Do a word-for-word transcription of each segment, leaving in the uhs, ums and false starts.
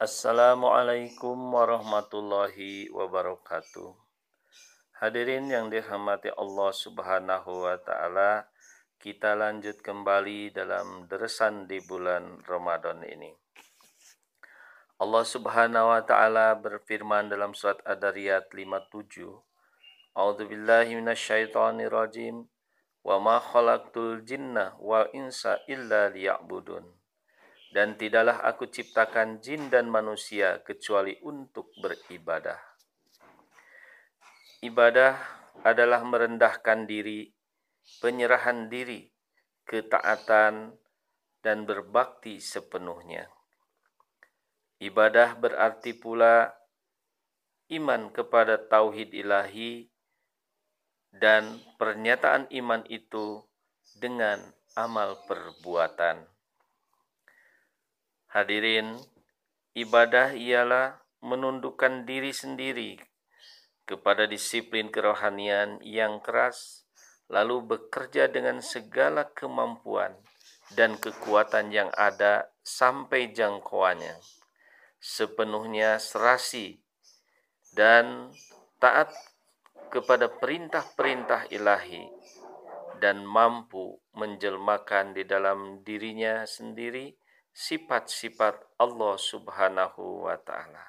Assalamualaikum warahmatullahi wabarakatuh. Hadirin yang dirahmati Allah Subhanahu wa taala, kita lanjut kembali dalam deresan di bulan Ramadan ini. Allah Subhanahu wa taala berfirman dalam surat Ad-Dariyat lima puluh tujuh, A'udzubillahi minasyaitonirrajim, wa ma khalaqtul jinna wal insa illa liya'budun. Dan tidaklah aku ciptakan jin dan manusia kecuali untuk beribadah. Ibadah adalah merendahkan diri, penyerahan diri, ketaatan, dan berbakti sepenuhnya. Ibadah berarti pula iman kepada tauhid ilahi dan pernyataan iman itu dengan amal perbuatan. Hadirin, ibadah ialah menundukkan diri sendiri kepada disiplin kerohanian yang keras, lalu bekerja dengan segala kemampuan dan kekuatan yang ada sampai jangkauannya, sepenuhnya serasi dan taat kepada perintah-perintah ilahi, dan mampu menjelmakan di dalam dirinya sendiri sifat-sifat Allah Subhanahu wa ta'ala.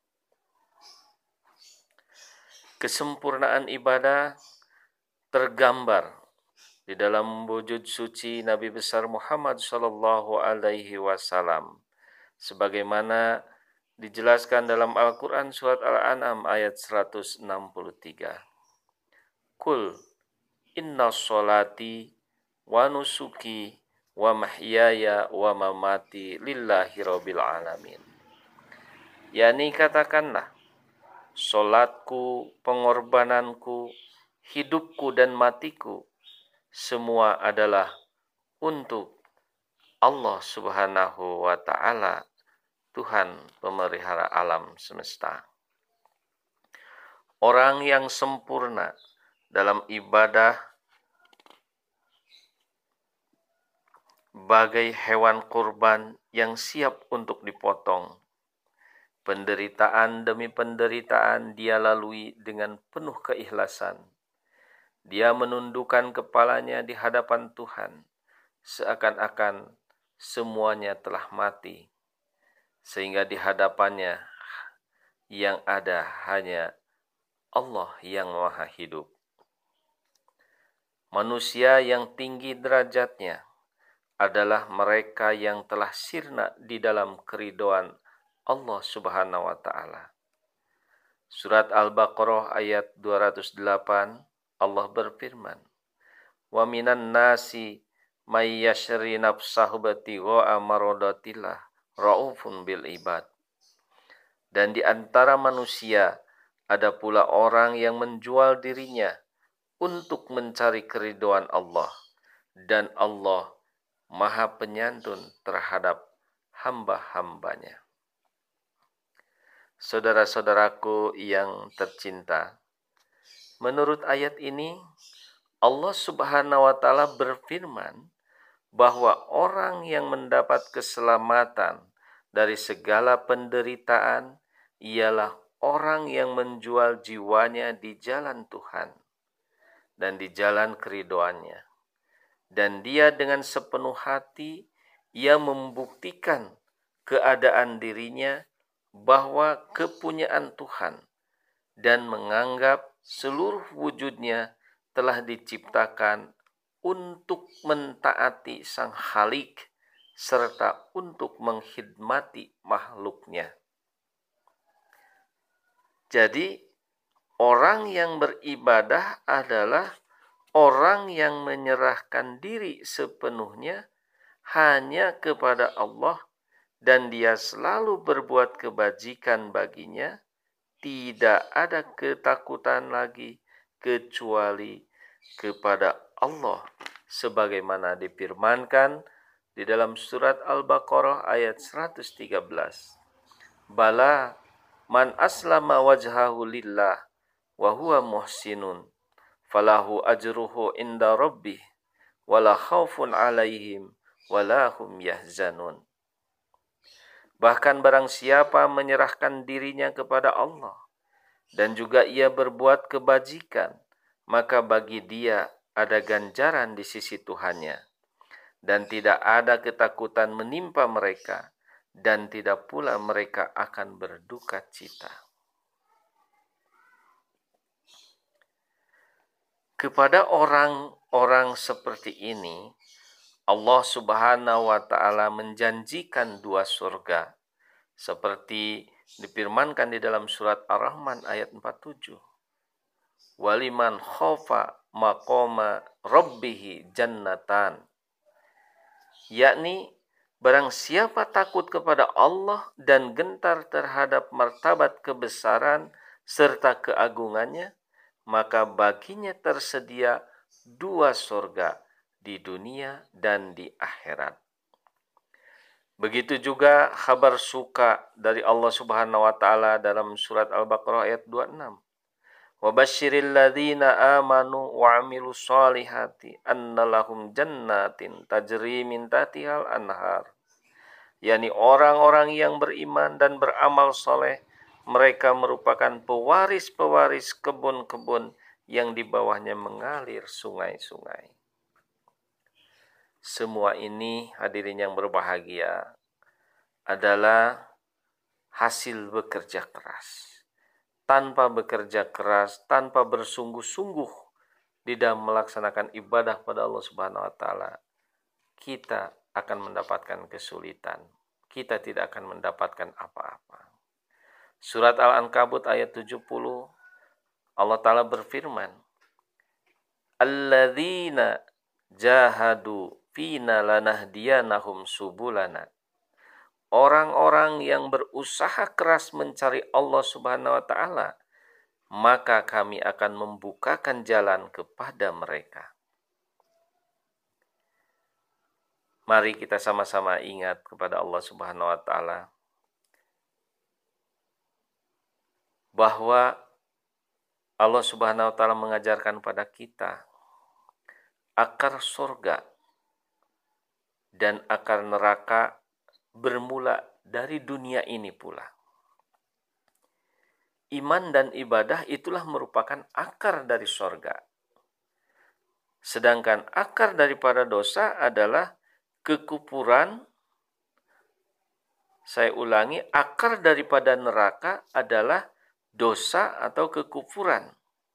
Kesempurnaan ibadah tergambar di dalam wujud suci Nabi besar Muhammad sallallahu alaihi wasallam, sebagaimana dijelaskan dalam Al-Quran surat Al-An'am ayat seratus enam puluh tiga. Kul inna sholati wa nusuki wa mahyaya wa mamati lillahi rabbil alamin. Yani katakanlah, solatku, pengorbananku, hidupku dan matiku semua adalah untuk Allah Subhanahu wa ta'ala, Tuhan pemelihara alam semesta. Orang yang sempurna dalam ibadah bagai hewan kurban yang siap untuk dipotong. Penderitaan demi penderitaan dia lalui dengan penuh keikhlasan. Dia menundukkan kepalanya di hadapan Tuhan, seakan-akan semuanya telah mati, sehingga di hadapannya yang ada hanya Allah yang Maha Hidup. Manusia yang tinggi derajatnya adalah mereka yang telah sirna di dalam keridhaan Allah Subhanahu wa ta'ala. Surat Al-Baqarah ayat dua ratus delapan, Allah berfirman, wa minan nasi may yashri nafsahu batigha'a maradatillah raufun bil ibad. Dan di antara manusia ada pula orang yang menjual dirinya untuk mencari keridhaan Allah, dan Allah Maha penyantun terhadap hamba-hambanya. Saudara-saudaraku yang tercinta, menurut ayat ini Allah Subhanahu wa ta'ala berfirman bahwa orang yang mendapat keselamatan dari segala penderitaan ialah orang yang menjual jiwanya di jalan Tuhan dan di jalan keridhaannya. Dan dia dengan sepenuh hati ia membuktikan keadaan dirinya bahwa kepunyaan Tuhan, dan menganggap seluruh wujudnya telah diciptakan untuk mentaati Sang Khalik serta untuk mengkhidmati makhluknya. Jadi orang yang beribadah adalah orang yang menyerahkan diri sepenuhnya hanya kepada Allah, dan dia selalu berbuat kebajikan baginya, tidak ada ketakutan lagi kecuali kepada Allah, sebagaimana difirmankan di dalam surat Al-Baqarah ayat seratus tiga belas. Bala man aslama wajhahu lillah wa huwa muhsinun falahu ajruhu inda rabbih wala khaufun alaihim wala hum yahzanun. Bahkan barang siapa menyerahkan dirinya kepada Allah dan juga ia berbuat kebajikan, maka bagi dia ada ganjaran di sisi Tuhannya, dan tidak ada ketakutan menimpa mereka, dan tidak pula mereka akan berduka cita. Kepada orang-orang seperti ini, Allah Subhanahu wa Ta'ala menjanjikan dua surga, seperti difirmankan di dalam surat Ar-Rahman ayat empat puluh tujuh. Waliman khofa maqama rabbihi jannatan. Yakni barang siapa takut kepada Allah dan gentar terhadap martabat kebesaran serta keagungannya, maka baginya tersedia dua surga di dunia dan di akhirat. Begitu juga kabar suka dari Allah Subhanahu wa Ta'ala dalam surat Al-Baqarah ayat dua puluh enam. Wa basyiril ladzina amanu wa amilus solihati anna lahum jannatin tajri min tahtihal anhar. Yani orang-orang yang beriman dan beramal soleh, mereka merupakan pewaris-pewaris kebun-kebun yang di bawahnya mengalir sungai-sungai. Semua ini, hadirin yang berbahagia, adalah hasil bekerja keras. Tanpa bekerja keras, tanpa bersungguh-sungguh di dalam melaksanakan ibadah pada Allah Subhanahu wa Ta'ala, kita akan mendapatkan kesulitan. Kita tidak akan mendapatkan apa-apa. Surat Al-Ankabut ayat tujuh puluh, Allah Ta'ala berfirman, Alladzina jahadu fina lanahdiyanahum subulana. Orang-orang yang berusaha keras mencari Allah Subhanahu wa Ta'ala, maka kami akan membukakan jalan kepada mereka. Mari kita sama-sama ingat kepada Allah Subhanahu wa Ta'ala bahwa Allah Subhanahu wa Ta'ala mengajarkan pada kita akar surga dan akar neraka bermula dari dunia ini pula. Iman dan ibadah itulah merupakan akar dari surga. Sedangkan akar daripada dosa adalah kekufuran. Saya ulangi, akar daripada neraka adalah dosa atau kekufuran.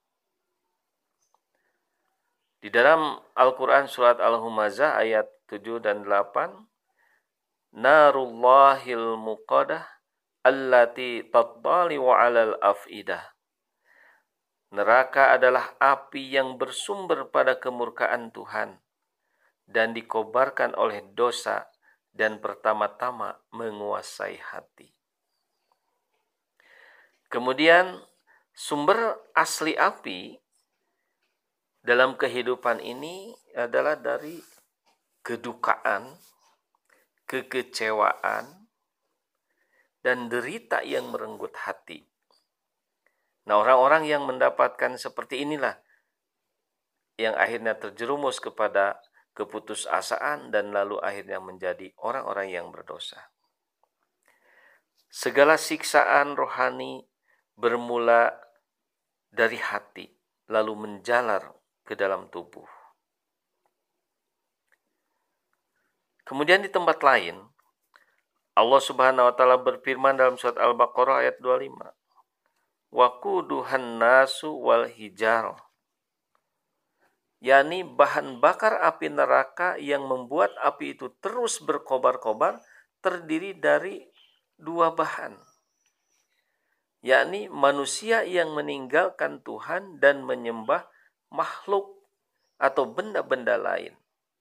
Di dalam Al-Quran surat Al-Humazah ayat tujuh dan delapan, Narullahil muqadah allati tattali'u 'alal afidah. Neraka adalah api yang bersumber pada kemurkaan Tuhan dan dikobarkan oleh dosa dan pertama-tama menguasai hati. Kemudian sumber asli api dalam kehidupan ini adalah dari kedukaan, kekecewaan, dan derita yang merenggut hati. Nah, orang-orang yang mendapatkan seperti inilah yang akhirnya terjerumus kepada keputusasaan dan lalu akhirnya menjadi orang-orang yang berdosa. Segala siksaan rohani bermula dari hati, lalu menjalar ke dalam tubuh. Kemudian di tempat lain, Allah Subhanahu wa Ta'ala berfirman dalam surat Al-Baqarah ayat dua puluh lima. Waquduhan nasu wal hijar. Yani bahan bakar api neraka yang membuat api itu terus berkobar-kobar terdiri dari dua bahan. Yakni manusia yang meninggalkan Tuhan dan menyembah makhluk atau benda-benda lain.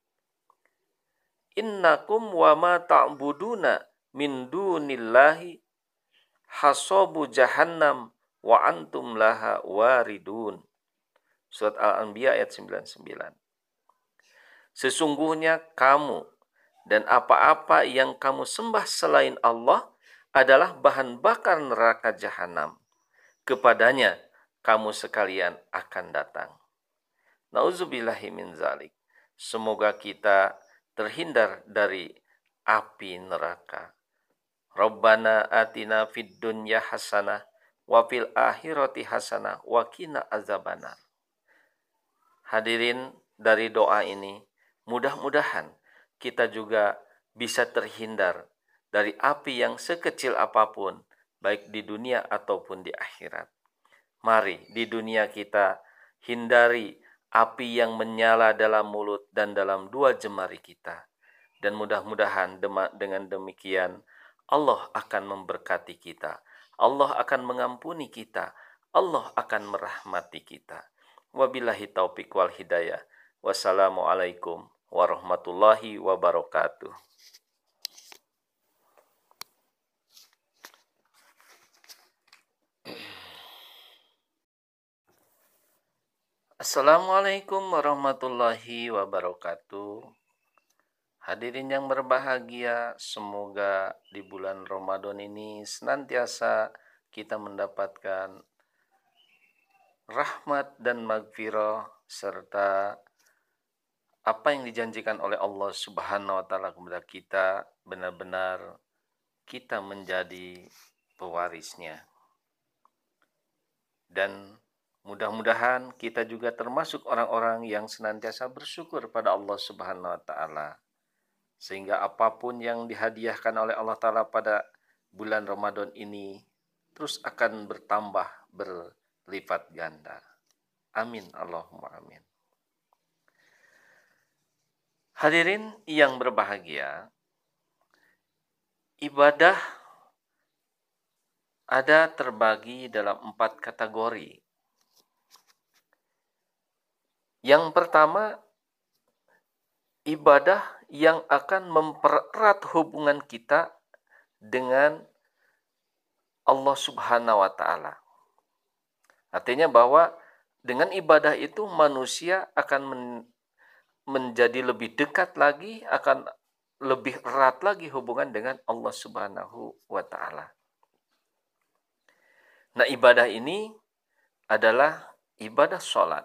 Innakum wa ma ta'buduna min dunillahi hasabu jahannam wa antum laha waridun. Surat Al-Anbiya ayat sembilan puluh sembilan. Sesungguhnya kamu dan apa-apa yang kamu sembah selain Allah adalah bahan bakar neraka jahanam. Kepadanya kamu sekalian akan datang. Nauzubillahi min zalik. Semoga kita terhindar dari api neraka. Rabbana atina fid dunya hasanah wa fil akhirati hasanah wa qina azabannar. Hadirin, dari doa ini mudah-mudahan kita juga bisa terhindar dari api yang sekecil apapun, baik di dunia ataupun di akhirat. Mari di dunia kita hindari api yang menyala dalam mulut dan dalam dua jemari kita. Dan mudah-mudahan dengan demikian Allah akan memberkati kita. Allah akan mengampuni kita. Allah akan merahmati kita. Wabillahi taufiq wal hidayah. Wassalamualaikum warahmatullahi wabarakatuh. Assalamualaikum warahmatullahi wabarakatuh. Hadirin yang berbahagia, semoga di bulan Ramadan ini senantiasa kita mendapatkan rahmat dan maghfirah serta apa yang dijanjikan oleh Allah Subhanahu wa taala kepada kita benar-benar kita menjadi pewarisnya. Dan mudah-mudahan kita juga termasuk orang-orang yang senantiasa bersyukur pada Allah Subhanahu wa taala. Sehingga apapun yang dihadiahkan oleh Allah Ta'ala pada bulan Ramadan ini terus akan bertambah berlipat ganda. Amin. Allahumma amin. Hadirin yang berbahagia, ibadah ada terbagi dalam empat kategori. Yang pertama, ibadah yang akan mempererat hubungan kita dengan Allah Subhanahu wa taala. Artinya bahwa dengan ibadah itu manusia akan men- menjadi lebih dekat lagi, akan lebih erat lagi hubungan dengan Allah Subhanahu wa taala. Nah, ibadah ini adalah ibadah sholat.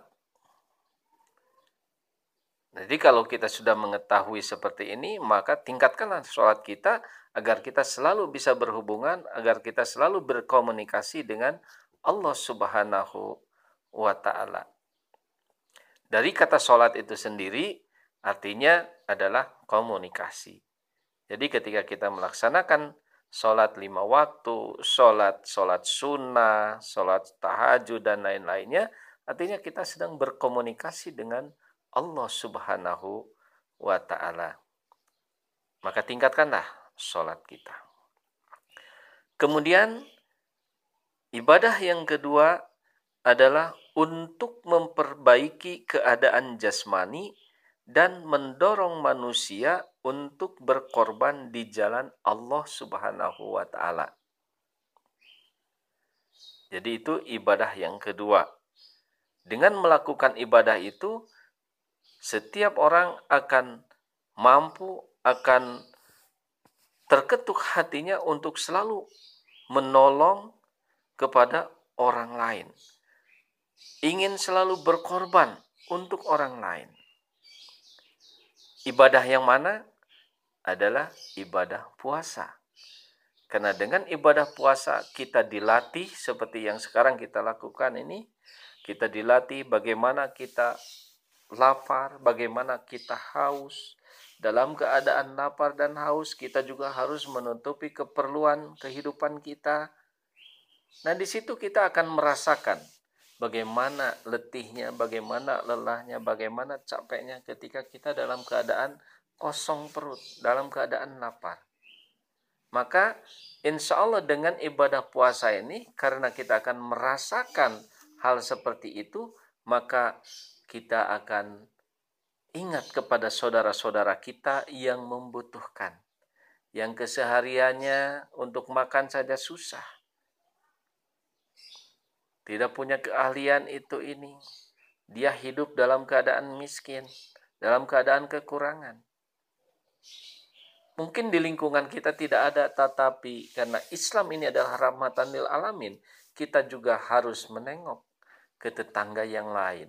Jadi kalau kita sudah mengetahui seperti ini, maka tingkatkanlah sholat kita agar kita selalu bisa berhubungan, agar kita selalu berkomunikasi dengan Allah Subhanahu wa ta'ala. Dari kata sholat itu sendiri, artinya adalah komunikasi. Jadi ketika kita melaksanakan sholat lima waktu, sholat, sholat sunnah, sholat tahajud, dan lain-lainnya, artinya kita sedang berkomunikasi dengan Allah Subhanahu wa ta'ala. Maka tingkatkanlah sholat kita. Kemudian ibadah yang kedua adalah untuk memperbaiki keadaan jasmani dan mendorong manusia untuk berkorban di jalan Allah Subhanahu wa ta'ala. Jadi itu ibadah yang kedua. Dengan melakukan ibadah itu, setiap orang akan mampu, akan terketuk hatinya untuk selalu menolong kepada orang lain. Ingin selalu berkorban untuk orang lain. Ibadah yang mana? Adalah ibadah puasa. Karena dengan ibadah puasa kita dilatih seperti yang sekarang kita lakukan ini. Kita dilatih bagaimana kita lapar, bagaimana kita haus. Dalam keadaan lapar dan haus, kita juga harus menutupi keperluan kehidupan kita. Nah, di situ kita akan merasakan bagaimana letihnya, bagaimana lelahnya, bagaimana capeknya ketika kita dalam keadaan kosong perut, dalam keadaan lapar. Maka insya Allah dengan ibadah puasa ini, karena kita akan merasakan hal seperti itu, maka kita akan ingat kepada saudara-saudara kita yang membutuhkan, yang kesehariannya untuk makan saja susah, tidak punya keahlian itu ini, dia hidup dalam keadaan miskin, dalam keadaan kekurangan. Mungkin di lingkungan kita tidak ada, tetapi karena Islam ini adalah rahmatan lil alamin, kita juga harus menengok ke tetangga yang lain.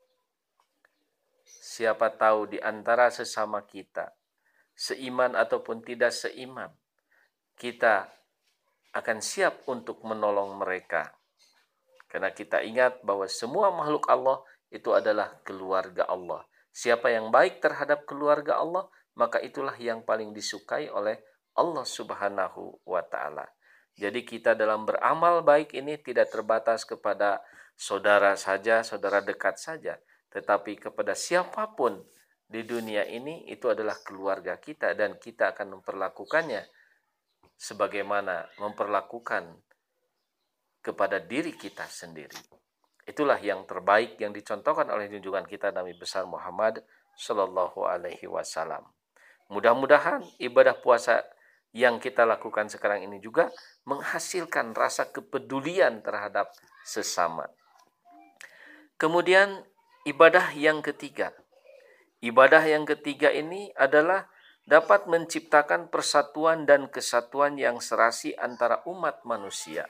Siapa tahu di antara sesama kita, seiman ataupun tidak seiman, kita akan siap untuk menolong mereka. Karena kita ingat bahwa semua makhluk Allah itu adalah keluarga Allah. Siapa yang baik terhadap keluarga Allah, maka itulah yang paling disukai oleh Allah Subhanahu wa Ta'ala. Jadi kita dalam beramal baik ini tidak terbatas kepada saudara saja, saudara dekat saja, tetapi kepada siapapun di dunia ini itu adalah keluarga kita, dan kita akan memperlakukannya sebagaimana memperlakukan kepada diri kita sendiri. Itulah yang terbaik yang dicontohkan oleh junjungan kita Nabi besar Muhammad Shallallahu Alaihi Wasallam. Mudah-mudahan ibadah puasa yang kita lakukan sekarang ini juga menghasilkan rasa kepedulian terhadap sesama. Kemudian ibadah yang ketiga. Ibadah yang ketiga ini adalah dapat menciptakan persatuan dan kesatuan yang serasi antara umat manusia.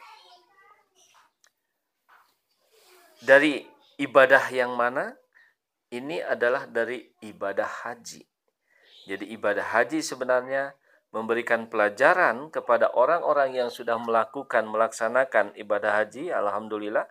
Dari ibadah yang mana? Ini adalah dari ibadah haji. Jadi ibadah haji sebenarnya memberikan pelajaran kepada orang-orang yang sudah melakukan, melaksanakan ibadah haji, alhamdulillah.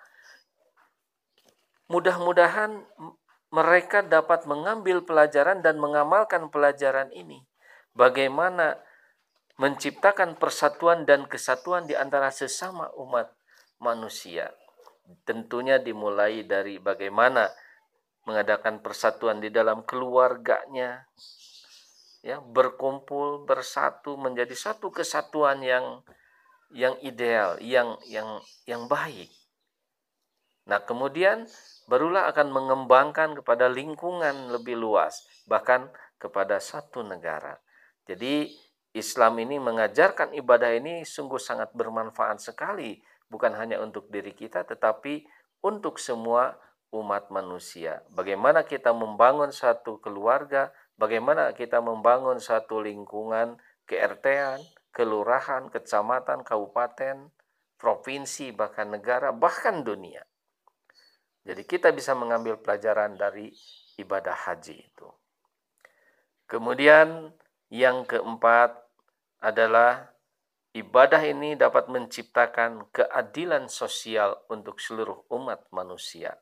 Mudah-mudahan mereka dapat mengambil pelajaran dan mengamalkan pelajaran ini. Bagaimana menciptakan persatuan dan kesatuan di antara sesama umat manusia. Tentunya dimulai dari bagaimana mengadakan persatuan di dalam keluarganya, ya, berkumpul bersatu menjadi satu kesatuan yang yang ideal, yang yang yang baik. Nah, kemudian barulah akan mengembangkan kepada lingkungan lebih luas, bahkan kepada satu negara. Jadi Islam ini mengajarkan ibadah ini sungguh sangat bermanfaat sekali, bukan hanya untuk diri kita tetapi untuk semua umat manusia. Bagaimana kita membangun satu keluarga, bagaimana kita membangun satu lingkungan, ke R T-an, kelurahan, kecamatan, kabupaten, provinsi, bahkan negara, bahkan dunia. Jadi kita bisa mengambil pelajaran dari ibadah haji itu. Kemudian yang keempat adalah ibadah ini dapat menciptakan keadilan sosial untuk seluruh umat manusia.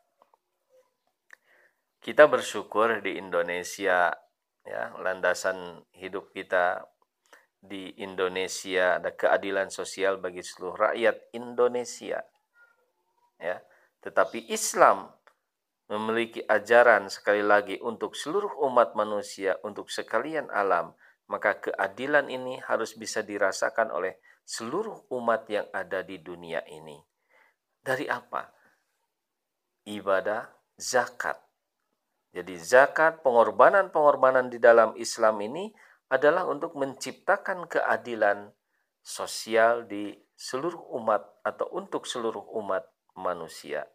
Kita bersyukur di Indonesia, ya, landasan hidup kita di Indonesia ada keadilan sosial bagi seluruh rakyat Indonesia. Ya, tetapi Islam memiliki ajaran sekali lagi untuk seluruh umat manusia, untuk sekalian alam, maka keadilan ini harus bisa dirasakan oleh seluruh umat yang ada di dunia ini. Dari apa? Ibadah zakat. Jadi zakat, pengorbanan-pengorbanan di dalam Islam ini adalah untuk menciptakan keadilan sosial di seluruh umat atau untuk seluruh umat manusia.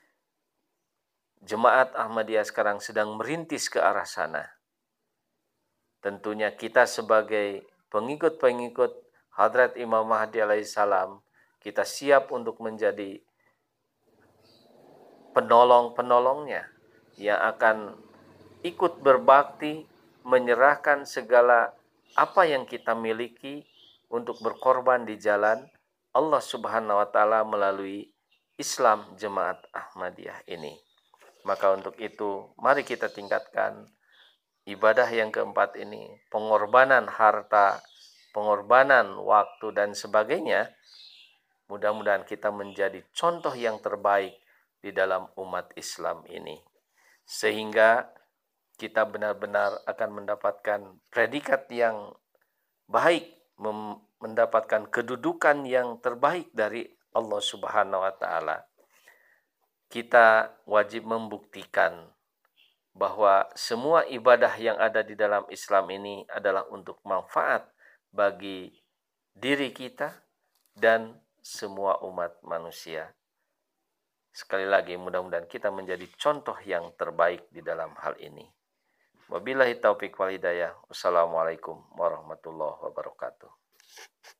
Jemaat Ahmadiyah sekarang sedang merintis ke arah sana. Tentunya kita sebagai pengikut-pengikut Hadrat Imam Mahdi alaihissalam, kita siap untuk menjadi penolong-penolongnya yang akan ikut berbakti, menyerahkan segala apa yang kita miliki untuk berkorban di jalan Allah Subhanahu wa Ta'ala melalui Islam Jemaat Ahmadiyah ini. Maka untuk itu, mari kita tingkatkan ibadah yang keempat ini, pengorbanan harta, pengorbanan waktu dan sebagainya. Mudah-mudahan kita menjadi contoh yang terbaik di dalam umat Islam ini, sehingga kita benar-benar akan mendapatkan predikat yang baik, mendapatkan kedudukan yang terbaik dari Allah Subhanahu wa Ta'ala. Kita wajib membuktikan bahwa semua ibadah yang ada di dalam Islam ini adalah untuk manfaat bagi diri kita dan semua umat manusia. Sekali lagi, mudah-mudahan kita menjadi contoh yang terbaik di dalam hal ini. Wabillahi taufiq wal hidayah. Wassalamualaikum warahmatullahi wabarakatuh.